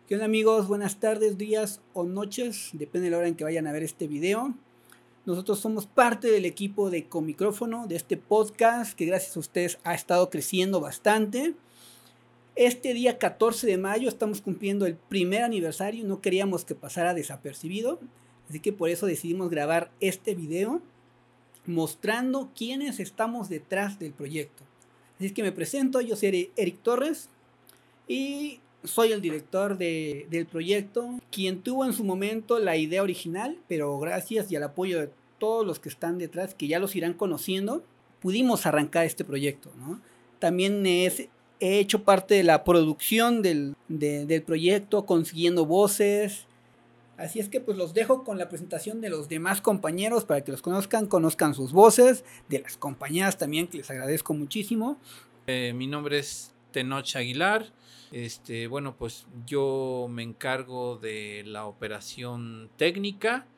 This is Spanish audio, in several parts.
¿Qué onda amigos? Buenas tardes, días o noches, depende de la hora en que vayan a ver este video. Nosotros somos parte del equipo de Comicrófono, de este podcast que gracias a ustedes ha estado creciendo bastante. Este día 14 de mayo estamos cumpliendo el primer aniversario, no queríamos que pasara desapercibido, así que por eso decidimos grabar este video mostrando quiénes estamos detrás del proyecto. Así que me presento, yo soy Eric Torres y soy el director del proyecto, quien tuvo en su momento la idea original, pero gracias y al apoyo de todos los que están detrás, que ya los irán conociendo, pudimos arrancar este proyecto, ¿no? También he hecho parte de la producción del proyecto, consiguiendo voces. Así es que pues los dejo con la presentación de los demás compañeros para que los conozcan sus voces, de las compañeras también, que les agradezco muchísimo. Mi nombre es Tenoch Aguilar. Bueno, pues yo me encargo de la operación técnica,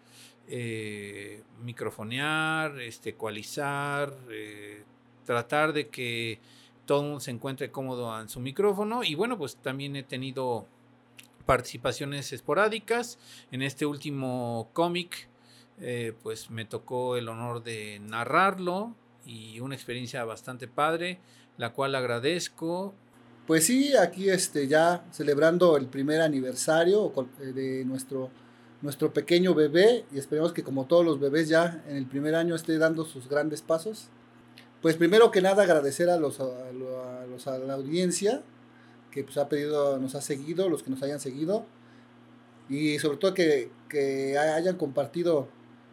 microfonear, ecualizar, tratar de que todo el mundo se encuentre cómodo en su micrófono. Y bueno, pues también he tenido participaciones esporádicas. En este último cómic, pues me tocó el honor de narrarlo y una experiencia bastante padre, la cual agradezco. Pues sí, aquí ya celebrando el primer aniversario de nuestro pequeño bebé, y esperemos que como todos los bebés ya en el primer año esté dando sus grandes pasos. Pues primero que nada agradecer a la audiencia que pues nos ha seguido, los que nos hayan seguido, y sobre todo que hayan compartido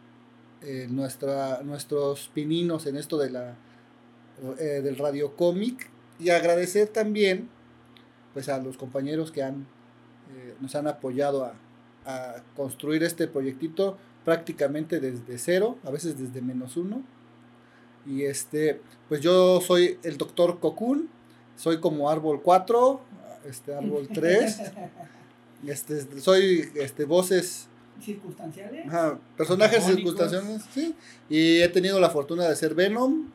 nuestros pininos en esto de del radio cómic. Y agradecer también pues a los compañeros que nos han apoyado a construir este proyectito prácticamente desde cero, a veces desde -1. Y pues yo soy el Dr. Cocoon, soy como árbol 4, árbol 3. Soy voces circunstanciales. Ajá, personajes circunstanciales, sí. Y he tenido la fortuna de ser Venom.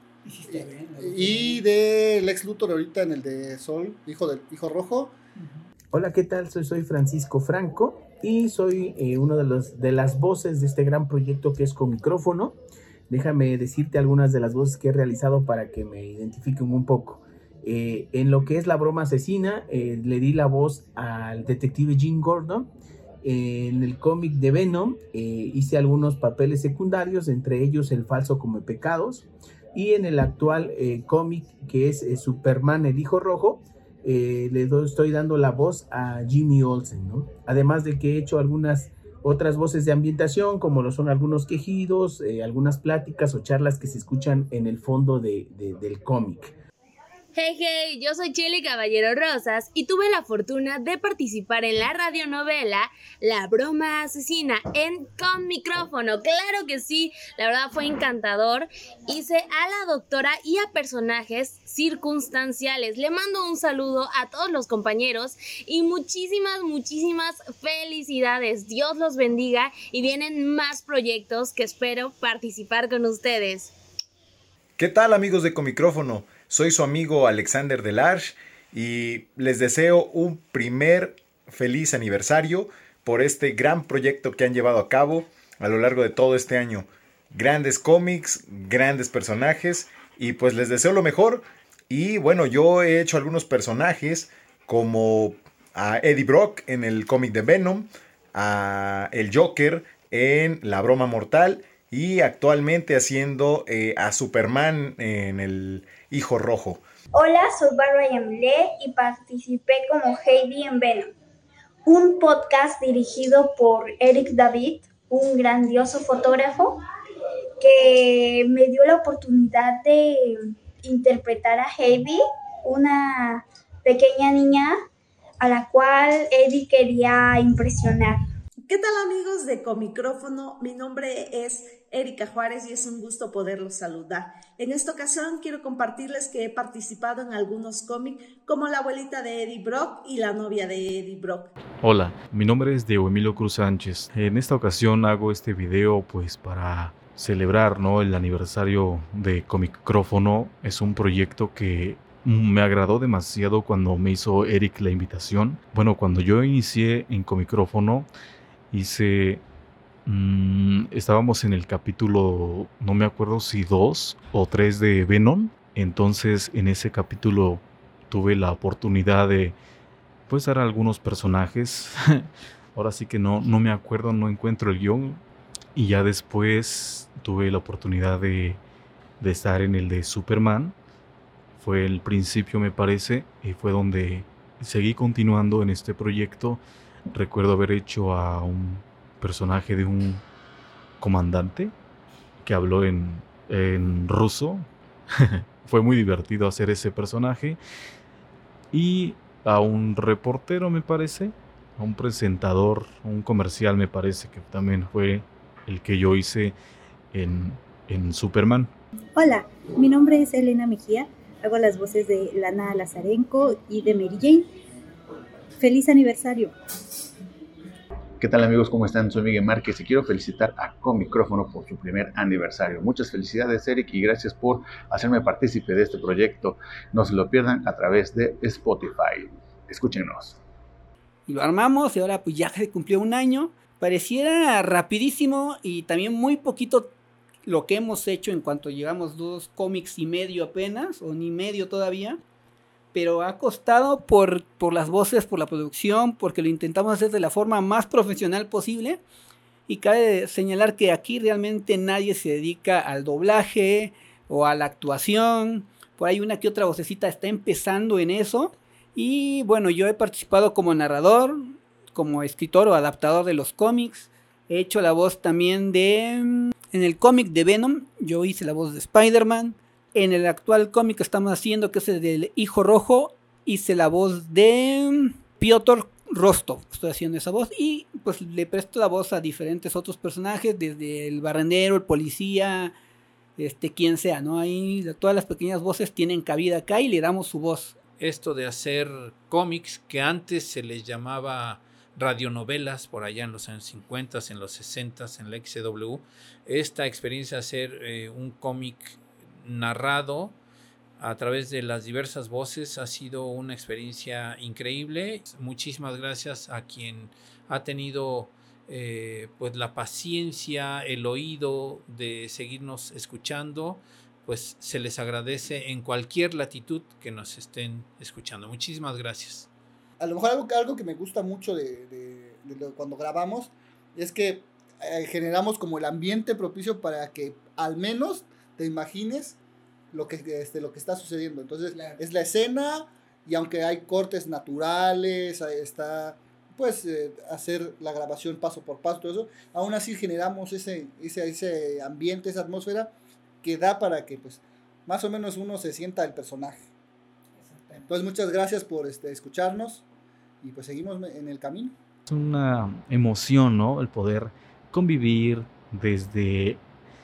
Y de Lex Luthor ahorita en el de Sol, Hijo Rojo. Hola, ¿qué tal? Soy Francisco Franco y soy uno de las voces de este gran proyecto que es Comicrófono. Déjame decirte algunas de las voces que he realizado para que me identifiquen un poco. En lo que es La Broma Asesina, le di la voz al detective Jim Gordon. En el cómic de Venom hice algunos papeles secundarios, entre ellos El Falso Come Pecados. Y en el actual cómic que es Superman, el Hijo Rojo, estoy dando la voz a Jimmy Olsen, ¿no? Además de que he hecho algunas otras voces de ambientación, como lo son algunos quejidos, algunas pláticas o charlas que se escuchan en el fondo del cómic. Hey, yo soy Chely Caballero Rosas y tuve la fortuna de participar en la radionovela La Broma Asesina en Comicrófono. Claro que sí, la verdad fue encantador. Hice a la doctora y a personajes circunstanciales. Le mando un saludo a todos los compañeros y muchísimas felicidades. Dios los bendiga y vienen más proyectos que espero participar con ustedes. ¿Qué tal, amigos de Comicrófono? Soy su amigo Alexander Delarge y les deseo un primer feliz aniversario por este gran proyecto que han llevado a cabo a lo largo de todo este año. Grandes cómics, grandes personajes y pues les deseo lo mejor. Y bueno, yo he hecho algunos personajes como a Eddie Brock en el cómic de Venom, a el Joker en La Broma Mortal y actualmente haciendo a Superman en el Hijo Rojo. Hola, soy Bárbara Yamile y participé como Heidi en Venom, un podcast dirigido por Eric David, un grandioso fotógrafo que me dio la oportunidad de interpretar a Heidi, una pequeña niña a la cual Eddie quería impresionar. ¿Qué tal, amigos de Comicrófono? Mi nombre es Erika Juárez y es un gusto poderlos saludar. En esta ocasión quiero compartirles que he participado en algunos cómics como La abuelita de Eddie Brock y La novia de Eddie Brock. Hola, mi nombre es Diego Emilio Cruz Sánchez. En esta ocasión hago este video pues para celebrar, ¿no?, el aniversario de Comicrófono. Es un proyecto que me agradó demasiado cuando me hizo Eric la invitación. Bueno, cuando yo inicié en Comicrófono, estábamos en el capítulo, no me acuerdo si 2 o 3 de Venom. Entonces en ese capítulo tuve la oportunidad de pues dar algunos personajes. Ahora sí que no me acuerdo, no encuentro el guión. Y ya después tuve la oportunidad de estar en el de Superman. Fue el principio, me parece, y fue donde seguí continuando en este proyecto. Recuerdo haber hecho a un personaje de un comandante que habló en ruso. Fue muy divertido hacer ese personaje. Y a un reportero, me parece, a un presentador, un comercial, me parece que también fue el que yo hice en Superman. Hola, mi nombre es Elena Mejía, hago las voces de Lana Lazarenko y de Mary Jane. ¡Feliz aniversario! ¿Qué tal amigos? ¿Cómo están? Soy Miguel Márquez y quiero felicitar a Comicrófono por su primer aniversario. Muchas felicidades, Eric, y gracias por hacerme partícipe de este proyecto. No se lo pierdan a través de Spotify. Escúchenos. Y lo armamos y ahora pues ya se cumplió un año. Pareciera rapidísimo y también muy poquito lo que hemos hecho en cuanto llevamos 2 cómics y medio apenas, o ni medio todavía. Pero ha costado por las voces, por la producción, porque lo intentamos hacer de la forma más profesional posible. Y cabe señalar que aquí realmente nadie se dedica al doblaje o a la actuación. Por ahí una que otra vocecita está empezando en eso. Y bueno, yo he participado como narrador, como escritor o adaptador de los cómics. He hecho la voz también en el cómic de Venom, yo hice la voz de Spider-Man. En el actual cómic que estamos haciendo, que es el del Hijo Rojo, hice la voz de Piotr Rostov. Estoy haciendo esa voz y pues le presto la voz a diferentes otros personajes, desde el barrendero, el policía, quien sea, ¿no? Ahí todas las pequeñas voces tienen cabida acá y le damos su voz. Esto de hacer cómics que antes se les llamaba radionovelas, por allá en los años 50, en los 60, en la XW, esta experiencia de hacer un cómic narrado a través de las diversas voces ha sido una experiencia increíble. Muchísimas gracias a quien ha tenido pues la paciencia, el oído de seguirnos escuchando. Pues se les agradece en cualquier latitud que nos estén escuchando. Muchísimas gracias. A lo mejor algo que me gusta mucho de cuando grabamos es que generamos como el ambiente propicio para que al menos te imagines lo que está sucediendo. Entonces, claro, es la escena, y aunque hay cortes naturales, está pues hacer la grabación paso por paso, todo eso, aún así generamos ese ambiente, esa atmósfera que da para que pues más o menos uno se sienta el personaje. Entonces, muchas gracias por escucharnos y pues seguimos en el camino. Es una emoción, ¿no? El poder convivir desde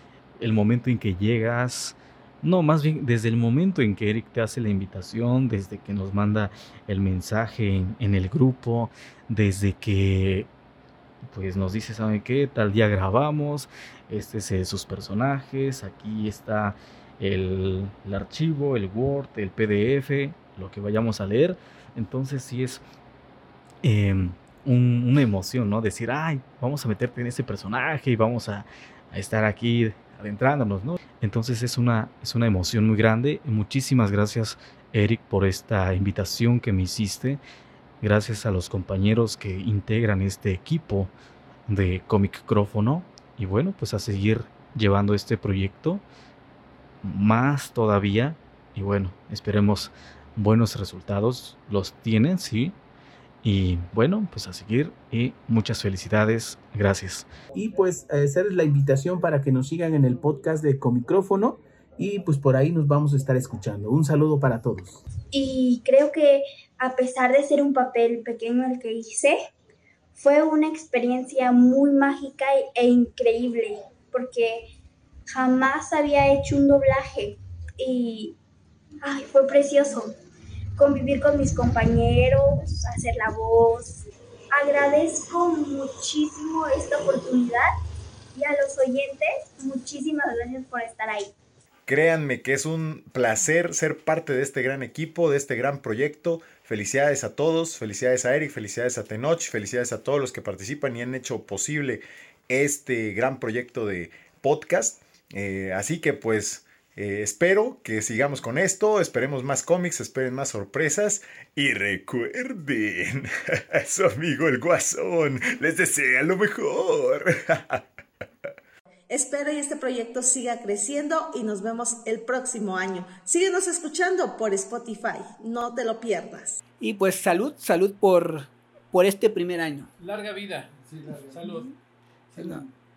el momento en que llegas, no, más bien desde el momento en que Eric te hace la invitación, desde que nos manda el mensaje en el grupo, desde que pues nos dice, ¿saben qué? Tal día grabamos, sus personajes, aquí está el archivo, el Word, el PDF, lo que vayamos a leer. Entonces sí es una emoción, ¿no? Decir, ay, vamos a meterte en ese personaje y vamos a estar aquí adentrándonos, ¿no? Entonces es una emoción muy grande. Muchísimas gracias, Eric, por esta invitación que me hiciste. Gracias a los compañeros que integran este equipo de Comicrófono. Y bueno, pues a seguir llevando este proyecto más todavía. Y bueno, esperemos buenos resultados. Los tienen, sí. Y bueno, pues a seguir y muchas felicidades. Gracias. Y pues hacer la invitación para que nos sigan en el podcast de Comicrófono y pues por ahí nos vamos a estar escuchando. Un saludo para todos. Y creo que a pesar de ser un papel pequeño el que hice, fue una experiencia muy mágica e increíble, porque jamás había hecho un doblaje y fue precioso. Convivir con mis compañeros, hacer la voz. Agradezco muchísimo esta oportunidad y a los oyentes, muchísimas gracias por estar ahí. Créanme que es un placer ser parte de este gran equipo, de este gran proyecto. Felicidades a todos, felicidades a Eric, felicidades a Tenoch, felicidades a todos los que participan y han hecho posible este gran proyecto de podcast. Así que pues espero que sigamos con esto, esperemos más cómics, esperen más sorpresas y recuerden a su amigo el Guasón, les desea lo mejor. Espero y este proyecto siga creciendo y nos vemos el próximo año. Síguenos escuchando por Spotify, no te lo pierdas. Y pues salud por este primer año. Larga vida. Sí, Salud. Salud.